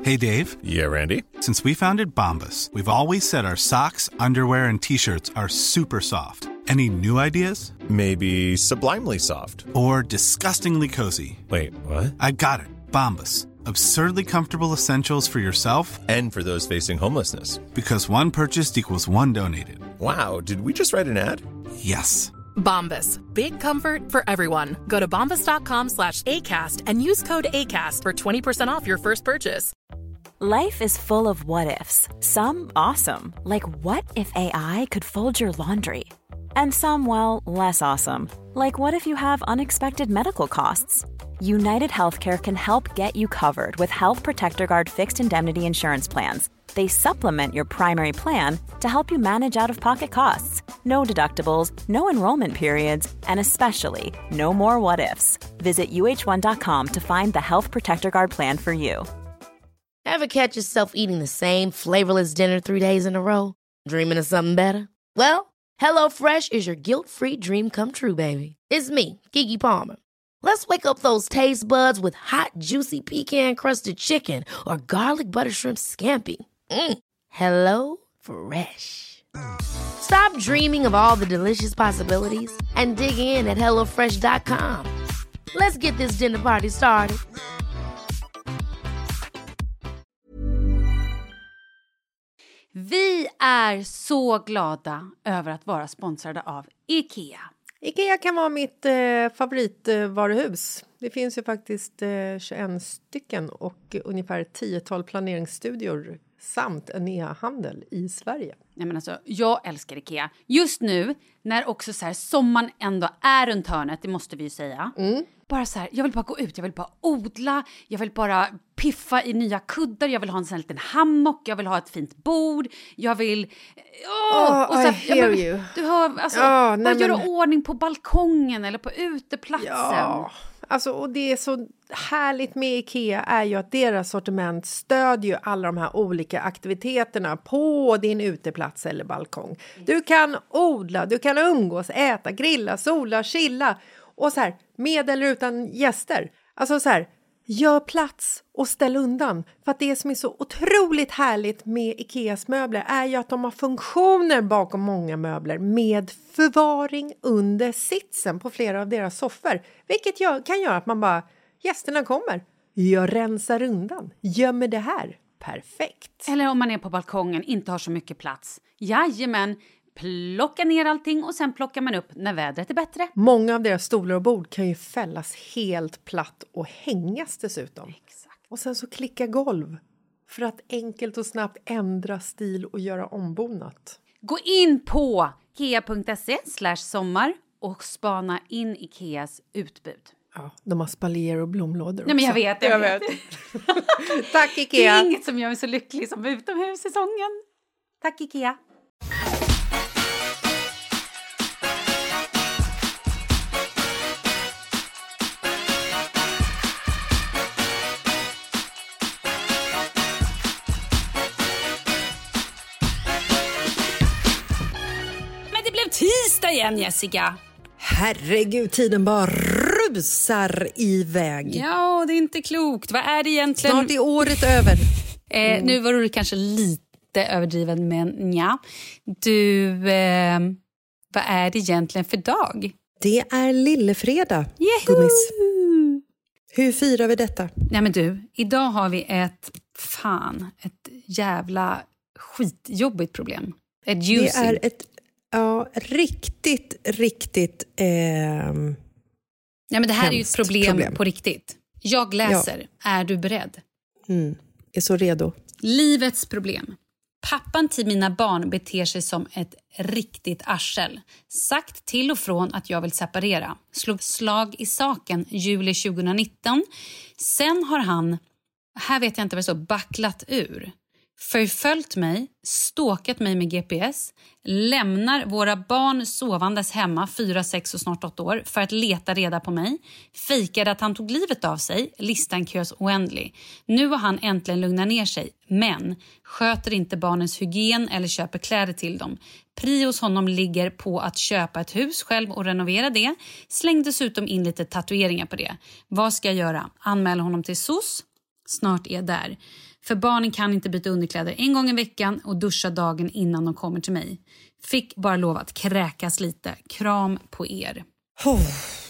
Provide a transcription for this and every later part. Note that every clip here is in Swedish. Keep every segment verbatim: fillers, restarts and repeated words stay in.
Hey, Dave. Yeah, Randy. Since we founded Bombas, we've always said our socks, underwear, and T-shirts are super soft. Any new ideas? Maybe sublimely soft. Or disgustingly cozy. Wait, what? I got it. Bombas. Absurdly comfortable essentials for yourself and for those facing homelessness. Because one purchased equals one donated. Wow, did we just write an ad? Yes. Bombas. Big comfort for everyone. Go to bombas.com slash ACAST and use code ACAST for twenty percent off your first purchase. Life is full of what-ifs. Some awesome. Like what if A I could fold your laundry? And some, well, less awesome. Like what if you have unexpected medical costs? United Healthcare can help get you covered with Health Protector Guard fixed indemnity insurance plans. They supplement your primary plan to help you manage out-of-pocket costs. No deductibles, no enrollment periods, and especially no more what-ifs. Visit U H one dot com to find the Health Protector Guard plan for you. Ever catch yourself eating the same flavorless dinner three days in a row? Dreaming of something better? Well, HelloFresh is your guilt-free dream come true, baby. It's me, Keke Palmer. Let's wake up those taste buds with hot, juicy pecan-crusted chicken or garlic butter shrimp scampi. Mm. Hello Fresh. Stop dreaming of all the delicious possibilities and dig in at hello fresh dot com. Let's get this dinner party started. Vi är så glada över att vara sponsrade av IKEA. IKEA kan vara mitt eh, favoritvaruhus. Det finns ju faktiskt eh, tjugoett stycken och ungefär tiotal planeringsstudior samt en e-handel i Sverige. Nej, men alltså, jag älskar IKEA. Just nu, när också så här, sommaren ändå är runt hörnet, det måste vi ju säga. Mm. Bara så här, jag vill bara gå ut, jag vill bara odla, jag vill bara piffa i nya kuddar, jag vill ha en sån här liten hammock, jag vill ha ett fint bord, jag vill... Åh, oh, och så här, I hear jag, men, you. Du hör, alltså, oh, nej, bara men... göra ordning på balkongen eller på uteplatsen. Ja, alltså, och det är så härligt med IKEA är ju att deras sortiment stödjer ju alla de här olika aktiviteterna på din uteplats eller balkong. Du kan odla, du kan umgås, äta, grilla, sola, chilla och så här, med eller utan gäster. Alltså så här, gör plats och ställ undan. För att det som är så otroligt härligt med IKEAs möbler är ju att de har funktioner bakom många möbler med förvaring under sitsen på flera av deras soffor. Vilket gör, kan göra att man bara, gästerna kommer, jag rensar undan, gömmer det här. Perfekt. Eller om man är på balkongen, inte har så mycket plats. Jajamän, plocka ner allting och sen plockar man upp när vädret är bättre. Många av deras stolar och bord kan ju fällas helt platt och hängas dessutom. Exakt. Och sen så klicka golv för att enkelt och snabbt ändra stil och göra ombonat. Gå in på ikea punkt se slash sommar och spana in Ikeas utbud. Ja, de har spaljer och blomlådor också. Nej, men jag vet, jag, jag vet. vet. Tack Ikea. Det är inget som gör mig så lycklig som utomhussäsongen. Tack Ikea. Tisdag igen, Jessica. Herregud, tiden bara rusar iväg. Ja, det är inte klokt. Vad är det egentligen? Snart är året över. Mm. Eh, nu var du kanske lite överdriven, men ja. Du, eh, vad är det egentligen för dag? Det är lillefredag, gummis. Hur firar vi detta? Nej men du, idag har vi ett, fan, ett jävla skitjobbigt problem. Ett juicy. Det är ett Ja, riktigt, riktigt eh, ja, men det här är ju ett problem, problem på riktigt. Jag läser. Ja. Är du beredd? Mm, är så redo. Livets problem. Pappan till mina barn beter sig som ett riktigt arsel. Sagt till och från att jag vill separera. Slog slag i saken juli tjugonitton. Sen har han, här vet jag inte vad det står, backlat ur. Förföljt mig, ståkat mig med G P S, lämnar våra barn sovandes hemma, fyra, sex och snart åtta år, för att leta reda på mig. Fejkade att han tog livet av sig, listan körs oändlig. Nu har han äntligen lugnat ner sig, men sköter inte barnens hygien eller köper kläder till dem. Prios honom ligger på att köpa ett hus själv och renovera det. Släng dessutom in lite tatueringar på det. Vad ska jag göra? Anmäla honom till S O S? snart är där. För barnen kan inte byta underkläder en gång i veckan och duscha dagen innan de kommer till mig. Fick bara lov att kräkas lite. Kram på er. Åh,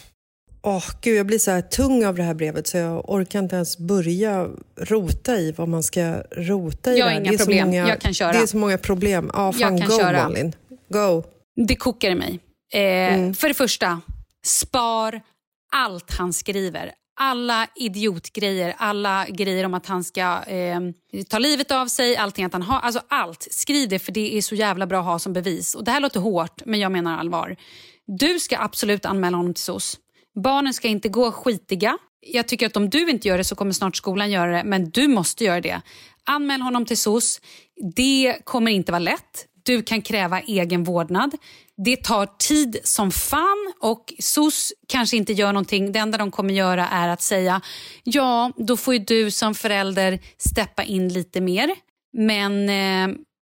oh, gud, jag blir så här tung av det här brevet så jag orkar inte ens börja rota i vad man ska rota i. Jag har där. inga det är problem, många, jag kan köra. Det är så många problem. Ja, fan, jag kan go, köra. Malin. Go. Det kokar i mig. Eh, mm. För det första, spar allt han skriver. Alla idiotgrejer, alla grejer om att han ska eh, ta livet av sig, allting att han har, alltså allt. Skriv det, för det är så jävla bra att ha som bevis. Och det här låter hårt, men jag menar allvar. Du ska absolut anmäla honom till S O S. Barnen ska inte gå skitiga. Jag tycker att om du inte gör det så kommer snart skolan göra det, men du måste göra det. Anmäl honom till S O S. Det kommer inte vara lätt. Du kan kräva egen vårdnad. Det tar tid som fan och S O S kanske inte gör någonting. Det enda de kommer göra är att säga ja, då får ju du som förälder steppa in lite mer. Men eh,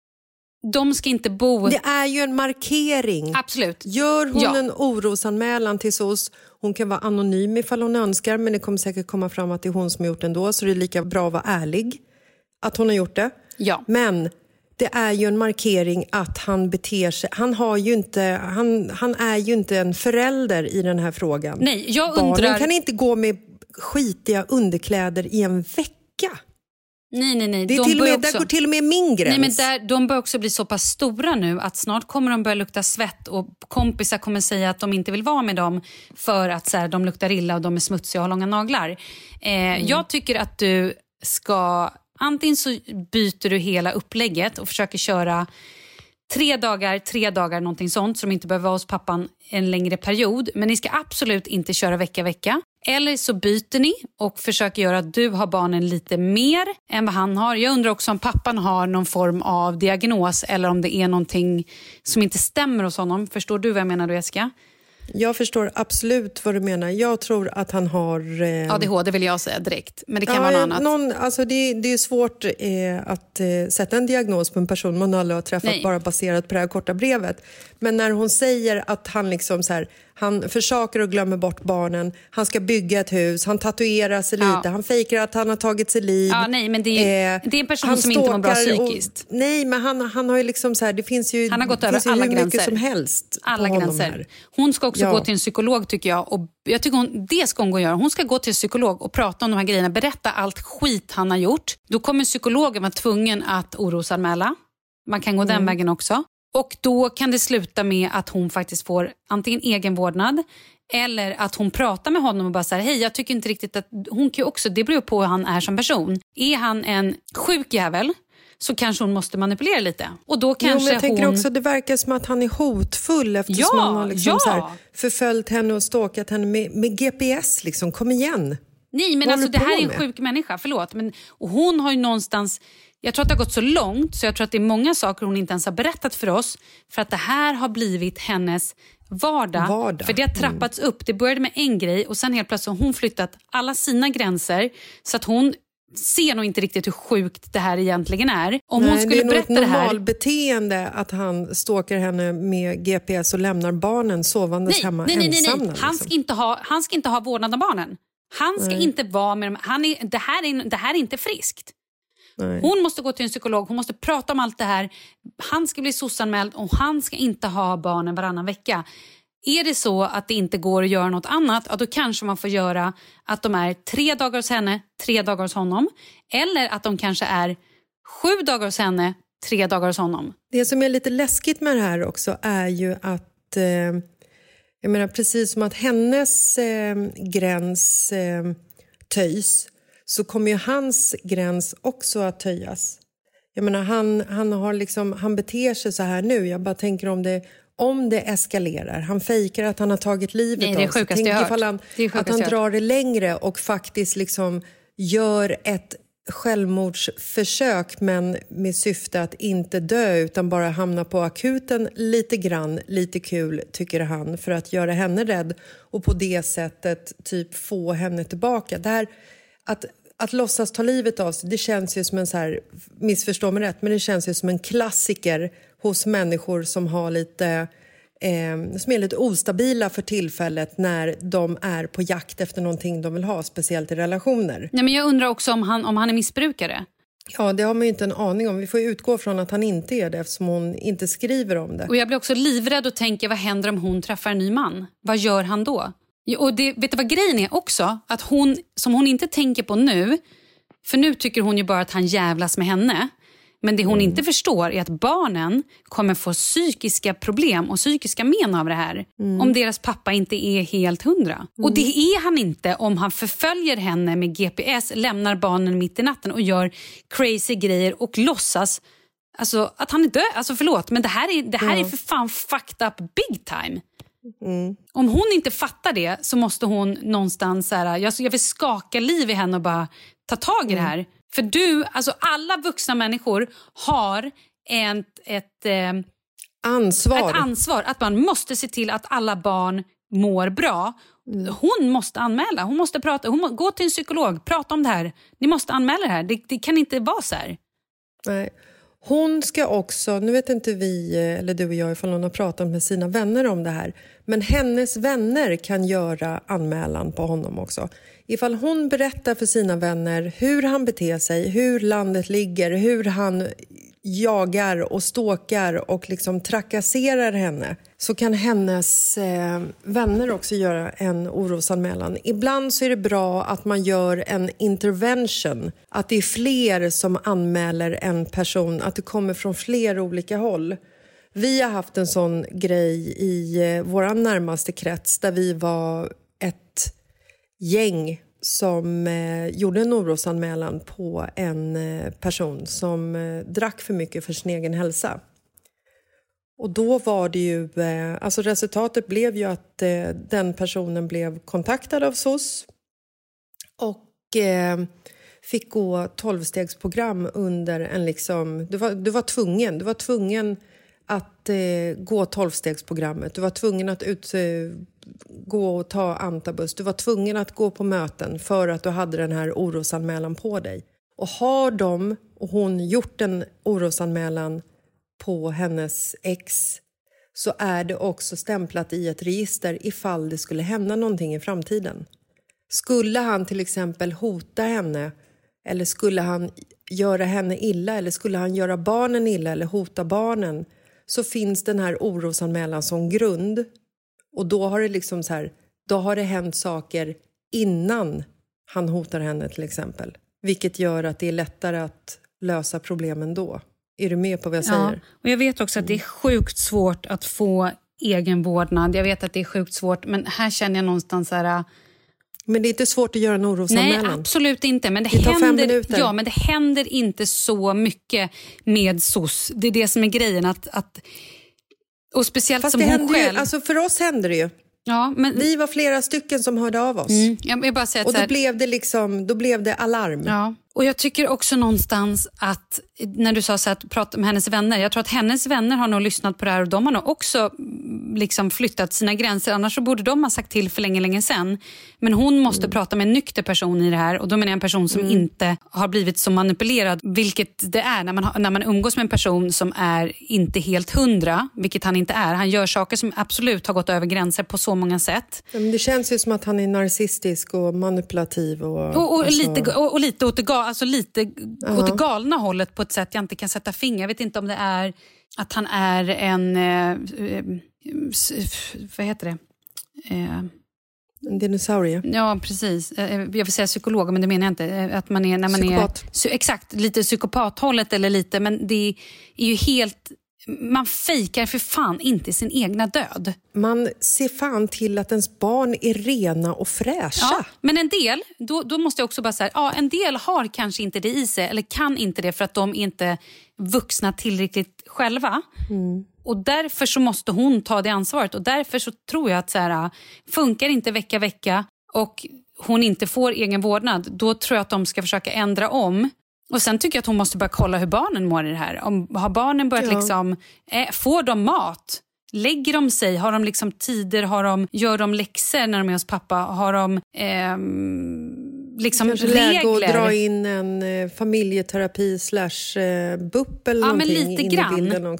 de ska inte bo... Det är ju en markering. Absolut. Gör hon ja. en orosanmälan till S O S, hon kan vara anonym ifall hon önskar, men det kommer säkert komma fram att det är hon som har gjort det ändå, så det är lika bra att vara ärlig att hon har gjort det. Ja. Men det är ju en markering att han beter sig, han har ju inte, han, han är ju inte en förälder i den här frågan. Nej, jag Barnen undrar... kan inte gå med skitiga underkläder i en vecka. Nej, nej, nej. Det är de till och med, också... där går till och med min gräns. Nej, men där, de bör också bli så pass stora nu att snart kommer de börja lukta svett och kompisar kommer säga att de inte vill vara med dem för att så här, de luktar illa och de är smutsiga och har långa naglar. Eh, mm. Jag tycker att du ska... Antingen så byter du hela upplägget och försöker köra tre dagar, tre dagar, någonting sånt som inte behöver vara hos pappan en längre period. Men ni ska absolut inte köra vecka, vecka. Eller så byter ni och försöker göra att du har barnen lite mer än vad han har. Jag undrar också om pappan har någon form av diagnos eller om det är någonting som inte stämmer hos honom. Förstår du vad jag menar då, Jessica? Jag förstår absolut vad du menar. Jag tror att han har... Eh... A D H D vill jag säga direkt, men det kan ja, vara något annat. Någon, alltså det, det är svårt eh, att eh, sätta en diagnos på en person man aldrig har träffat. Nej. Bara baserat på det här korta brevet. Men när hon säger att han liksom så här, han försöker och glömmer bort barnen, han ska bygga ett hus, han tatuerar sig ja. lite, han fejkar att han har tagit sig liv. Ja, nej, men det är, eh, det är en person som inte mår bra psykiskt. Och, nej, men han, han har ju liksom så här, det finns ju, han har gått det över finns alla ju hur gränser. mycket som helst. Alla gränser. Här. Hon ska också ja. gå till en psykolog tycker jag. Och jag tycker hon, det ska hon gå och göra. Hon ska gå till en psykolog och prata om de här grejerna, berätta allt skit han har gjort. Då kommer psykologen vara tvungen att orosanmäla. Man kan gå mm. den vägen också. Och då kan det sluta med att hon faktiskt får antingen egen vårdnad eller att hon pratar med honom och bara säger hej, jag tycker inte riktigt att... Hon kan ju också, det beror på hur han är som person. Är han en sjuk jävel så kanske hon måste manipulera lite. Och då kanske jo, men jag tänker hon... också, det verkar som att han är hotfull eftersom ja, han har liksom ja. så här förföljt henne och stalkat henne med, med G P S. Liksom. Kom igen. Nej, men alltså det här är en sjuk människa, förlåt. Men, och hon har ju någonstans... Jag tror att det har gått så långt så jag tror att det är många saker hon inte ens har berättat för oss. För att det här har blivit hennes vardag. vardag. För det har trappats mm. upp. Det började med en grej och sen helt plötsligt har hon flyttat alla sina gränser. Så att hon ser nog inte riktigt hur sjukt det här egentligen är. Om Nej, hon skulle det är berätta nog det här... normalbeteende att han stalkar henne med G P S och lämnar barnen sovandes nej, hemma nej, nej, ensamma. Nej, nej. Han, ska inte ha, han ska inte ha vårdnad av barnen. Han ska nej. inte vara med dem. Han är, det, här är, det här är inte friskt. Nej. Hon måste gå till en psykolog, hon måste prata om allt det här. Han ska bli sossanmäld och han ska inte ha barnen varannan vecka. Är det så att det inte går att göra något annat, ja, då kanske man får göra att de är tre dagar hos henne, tre dagar hos honom. Eller att de kanske är sju dagar hos henne, tre dagar hos honom. Det som är lite läskigt med det här också är ju att eh, jag menar precis som att hennes eh, gräns eh, töjs, så kommer ju hans gräns också att töjas. Jag menar, han, han, har liksom, han beter sig så här nu. Jag bara tänker om det, om det eskalerar. Han fejkar att han har tagit livet Nej, det är av sig. Tänk ifall han, att han drar det längre och faktiskt liksom gör ett självmordsförsök, men med syfte att inte dö utan bara hamna på akuten lite grann, lite kul tycker han, för att göra henne rädd och på det sättet typ få henne tillbaka. Det här, att Att låtsas ta livet av sig, det känns ju som en så här, missförstå mig rätt, men det känns ju som en klassiker hos människor som har lite eh, som är lite ostabila för tillfället när de är på jakt efter någonting de vill ha, speciellt i relationer. Nej, men jag undrar också om han, om han är missbrukare. Ja, det har man ju inte en aning om. Vi får utgå från att han inte är det eftersom hon inte skriver om det. Och jag blir också livrädd och tänker, vad händer om hon träffar en ny man? Vad gör han då? Och det, vet du vad grejen är också? Att hon, som hon inte tänker på nu, för nu tycker hon ju bara att han jävlas med henne. Men det hon mm. inte förstår är att barnen kommer få psykiska problem och psykiska men av det här. Mm. Om deras pappa inte är helt hundra. Mm. Och det är han inte om han förföljer henne med G P S, lämnar barnen mitt i natten och gör crazy grejer och låtsas alltså, att han är död. Alltså förlåt, men det här är, det här mm. är för fan fucked up big time. Mm. Om hon inte fattar det så måste hon någonstans så här, jag, jag vill skaka liv i henne och bara ta tag i det här. För du, alltså alla vuxna människor har ett, ett, eh, ansvar. ett ansvar att man måste se till att alla barn mår bra. Mm. Hon måste anmäla, hon måste prata, hon må, gå till en psykolog, prata om det här. Ni måste anmäla det här, det, det kan inte vara så här. Nej. Hon ska också, nu vet inte vi eller du och jag ifall hon har pratat med sina vänner om det här, men hennes vänner kan göra anmälan på honom också. Ifall hon berättar för sina vänner hur han beter sig, hur landet ligger, hur han jagar och stalkar och liksom trakasserar henne, så kan hennes eh, vänner också göra en orosanmälan. Ibland så är det bra att man gör en intervention, att det är fler som anmäler en person, att det kommer från fler olika håll. Vi har haft en sån grej i eh, vår närmaste krets där vi var ett gäng som eh, gjorde en orosanmälan på en eh, person som eh, drack för mycket för sin egen hälsa. Och då var det ju, eh, alltså resultatet blev ju att eh, den personen blev kontaktad av S O S och eh, fick gå tolvstegsprogram under en liksom, du var, du var tvungen, du var tvungen att eh, gå tolvstegsprogrammet, du var tvungen att ut, eh, gå och ta antabus, du var tvungen att gå på möten för att du hade den här orosanmälan på dig. Och har de och hon gjort en orosanmälan på hennes ex, så är det också stämplat i ett register ifall det skulle hända någonting i framtiden. Skulle han till exempel hota henne, eller skulle han göra henne illa, eller skulle han göra barnen illa eller hota barnen, så finns den här orosanmälan som grund. Och då har det liksom så här, då har det hänt saker innan han hotar henne till exempel. Vilket gör att det är lättare att lösa problemen då. Är du med på vad jag säger? Ja, och jag vet också att det är sjukt svårt att få egen vårdnad. Jag vet att det är sjukt svårt, men här känner jag någonstans så här... Men det är inte svårt att göra en orosanmälan. Nej, absolut inte. Men det, det tar händer, fem minuter. Ja, men det händer inte så mycket med S O S. Det är det som är grejen. Att, att, och speciellt Fast som det hon händer själv... Ju, alltså för oss händer det ju. Ja, men... Vi var flera stycken som hörde av oss. Mm, jag, jag bara säger och då, så här... blev det liksom, då blev det alarm. Ja. Och jag tycker också någonstans att, när du sa så att prata med hennes vänner, jag tror att hennes vänner har nog lyssnat på det här och de har nog också liksom flyttat sina gränser, annars så borde de ha sagt till för länge, länge sedan. Men hon måste mm. prata med en nykter person i det här, och då menar jag en person som mm. inte har blivit så manipulerad, vilket det är när man, när man umgås med en person som är inte helt hundra, vilket han inte är. Han gör saker som absolut har gått över gränser på så många sätt. Men det känns ju som att han är narcissistisk och manipulativ. Och, och, och, alltså... lite, och, och lite åt det gal, alltså lite uh-huh. åt det galna hållet på ett sätt jag inte kan sätta finger. Jag vet inte om det är att han är en eh, eh, vad heter det? Eh, en dinosaurie. Ja, precis. Jag vill säga psykolog, men det menar jag inte. Att man är, när man Psykopat. är exakt, lite psykopathållet eller lite, men det är ju helt... Man fejkar för fan inte sin egna död. Man ser fan till att ens barn är rena och fräscha. Ja, men en del, då, då måste jag också bara säga, ja, en del har kanske inte det i sig, eller kan inte det för att de är inte vuxna tillräckligt själva. Mm. Och därför så måste hon ta det ansvaret. Och därför så tror jag att så här, funkar inte vecka vecka och hon inte får egen vårdnad, då tror jag att de ska försöka ändra om. Och sen tycker jag att hon måste börja kolla hur barnen mår i det här. Om, har barnen börjat ja. liksom... Eh, får de mat? Lägger de sig? Har de liksom tider? Har de, gör de läxor när de är hos pappa? Har de eh, liksom kanske regler? Läge att dra in en eh, familjeterapi slash eh, B U P eller ja, någonting men lite in grann. i bilden också.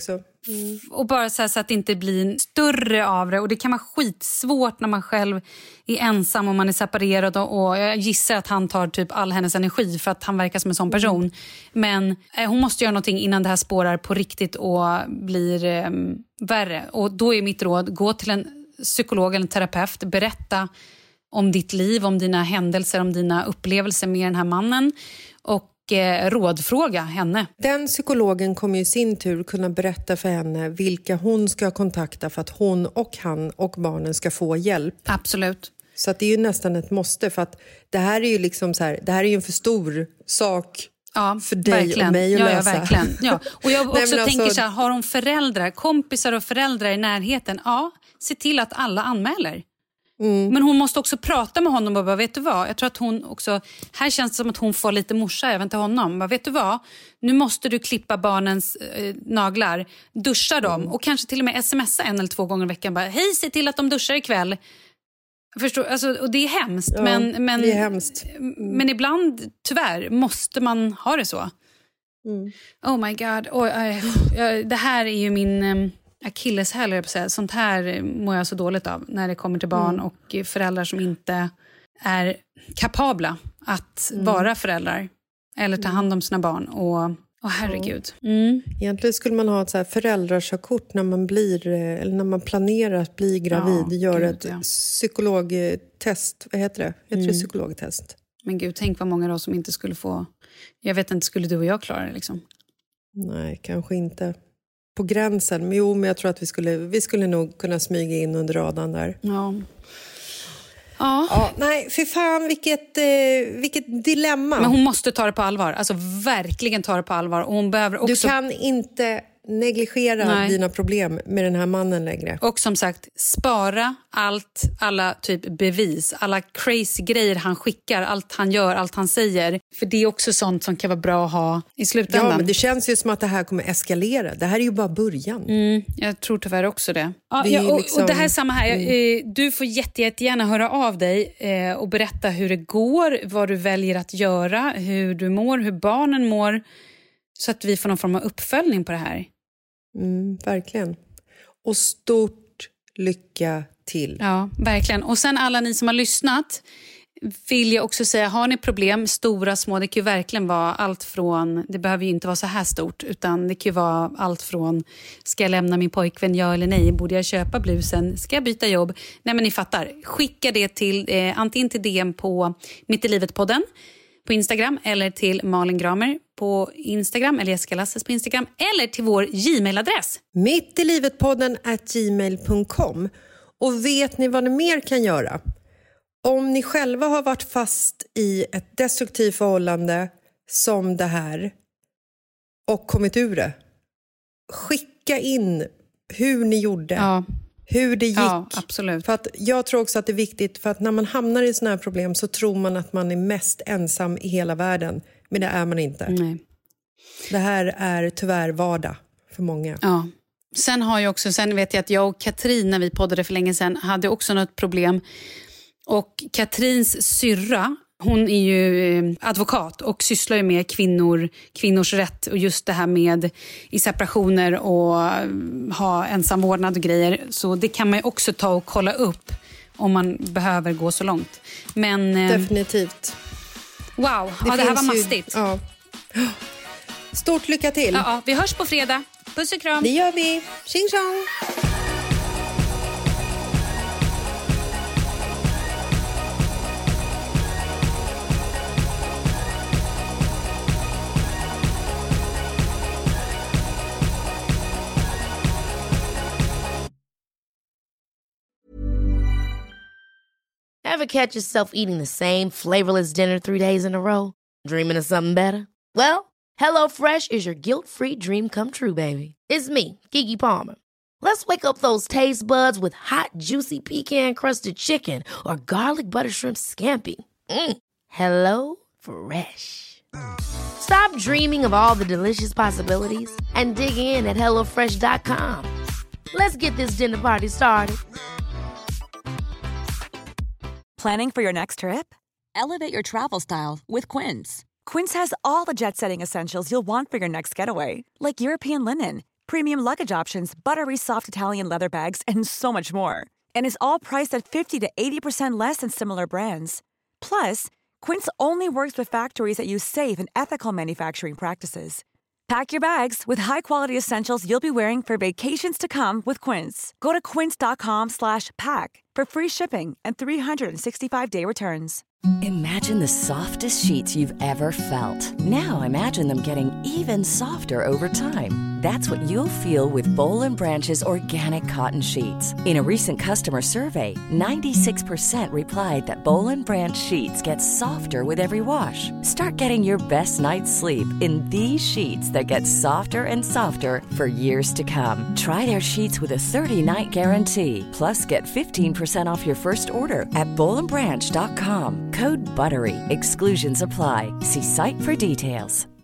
Mm. Och bara så, här, så att det inte blir större av det. Och det kan vara skitsvårt när man själv är ensam och man är separerad. Och, och jag gissar att han tar typ all hennes energi för att han verkar som en sån person. Mm. Men eh, hon måste göra någonting innan det här spårar på riktigt och blir eh, värre. Och då är mitt råd, gå till en psykolog eller en terapeut. Berätta om ditt liv, om dina händelser, om dina upplevelser med den här mannen. Och rådfråga henne. Den psykologen kommer ju i sin tur kunna berätta för henne vilka hon ska kontakta för att hon och han och barnen ska få hjälp. Absolut. Så att det är ju nästan ett måste, för att det här är ju liksom så här, det här är ju en för stor sak ja, för dig verkligen. Och mig att ja, lösa. Ja, verkligen. Ja. Och jag också Nej, tänker alltså... så här, har hon föräldrar, kompisar och föräldrar i närheten? Ja, se till att alla anmäler. Mm. Men hon måste också prata med honom och bara, vet du vad? Jag tror att hon också, här känns det som att hon får lite morsa även till honom. Bara, vet du vad? Nu måste du klippa barnens eh, naglar, duscha dem mm. och kanske till och med smsa en eller två gånger i veckan. Bara, hej, se till att de duschar ikväll. Förstår, alltså, och det är hemskt. Ja, men, men, det är hemskt. Mm. Men ibland, tyvärr, måste man ha det så. Mm. Oh my god. Oh, uh, uh, det här är ju min... Um, akilleshäl, jag på säga. Sånt här mår jag så dåligt av när det kommer till barn mm. och föräldrar som inte är kapabla att mm. vara föräldrar eller ta hand om sina barn. Och, och herregud. Mm. Egentligen skulle man ha ett så här föräldrakörkort när man blir, eller när man planerar att bli gravid. Ja, gör gud, ett ja. psykologtest. Vad heter det? Heter mm. det psykologtest? Men gud, tänk vad många då som inte skulle få... Jag vet inte, skulle du och jag klara det liksom? Nej, kanske inte. På gränsen. Men jo, men jag tror att vi skulle, vi skulle nog kunna smyga in under radarn där. Ja. Ja. ja nej, för fan vilket, eh, vilket dilemma. Men hon måste ta det på allvar. Alltså verkligen ta det på allvar. Och hon behöver också... Du kan inte negligera Nej. dina problem med den här mannen längre. Och som sagt, spara allt, alla typ bevis, alla crazy grejer han skickar, allt han gör, allt han säger. För det är också sånt som kan vara bra att ha i slutändan. Ja, men det känns ju som att det här kommer eskalera. Det här är ju bara början. Mm, jag tror tyvärr också det. Ja, det ja, och, liksom... och det här är samma här. Mm. Du får jätte, jättegärna höra av dig eh, och berätta hur det går, vad du väljer att göra, hur du mår, hur barnen mår. Så att vi får någon form av uppföljning på det här. Mm, verkligen. Och stort lycka till. Ja, verkligen. Och sen alla ni som har lyssnat vill jag också säga, har ni problem, stora, små, det kan ju verkligen vara allt från, det behöver ju inte vara så här stort, utan det kan ju vara allt från, ska jag lämna min pojkvän, ja eller nej, borde jag köpa blusen, ska jag byta jobb? Nej, men ni fattar, skicka det till, eh, antingen till D M på Mitt i livet-podden på Instagram, eller till Malin Gramer på Instagram, eller Jessica Lasses på Instagram, eller till vår Gmail-adress. Mittilivetpodden at gmail punkt com. Och vet ni vad ni mer kan göra? Om ni själva har varit fast i ett destruktivt förhållande som det här och kommit ur det, skicka in hur ni gjorde. Ja. Hur det gick. Ja, absolut. För att jag tror också att det är viktigt, för att när man hamnar i såna här problem så tror man att man är mest ensam i hela världen. Men det är man inte. Nej. Det här är tyvärr vardag för många. Ja. Sen har jag också, sen vet jag att jag och Katrin, när vi poddade för länge sedan, hade också något problem. Och Katrins syrra, hon är ju advokat och sysslar ju med kvinnor, kvinnors rätt och just det här med i separationer och ha ensamvårdnad och grejer. Så det kan man ju också ta och kolla upp om man behöver gå så långt. Men definitivt. Wow, det, ja, det här var mastigt. Ju, ja. Stort lycka till. Ja, ja, vi hörs på fredag. Puss och kram. Det gör vi. Tjing tjong. Ever catch yourself eating the same flavorless dinner three days in a row? Dreaming of something better? Well, HelloFresh is your guilt-free dream come true, baby. It's me, Keke Palmer. Let's wake up those taste buds with hot, juicy pecan-crusted chicken or garlic butter shrimp scampi. Mm. Hello Fresh. Stop dreaming of all the delicious possibilities and dig in at hello fresh dot com. Let's get this dinner party started. Planning for your next trip? Elevate your travel style with Quince. Quince has all the jet-setting essentials you'll want for your next getaway, like European linen, premium luggage options, buttery soft Italian leather bags, and so much more. And is all priced at fifty to eighty percent less than similar brands. Plus, Quince only works with factories that use safe and ethical manufacturing practices. Pack your bags with high-quality essentials you'll be wearing for vacations to come with Quince. Go to quince.com slash pack for free shipping and three sixty-five day returns. Imagine the softest sheets you've ever felt. Now imagine them getting even softer over time. That's what you'll feel with Boll and Branch's organic cotton sheets. In a recent customer survey, ninety-six percent replied that Boll and Branch sheets get softer with every wash. Start getting your best night's sleep in these sheets that get softer and softer for years to come. Try their sheets with a thirty-night guarantee. Plus, get fifteen percent off your first order at boll and branch dot com. Code BUTTERY. Exclusions apply. See site for details.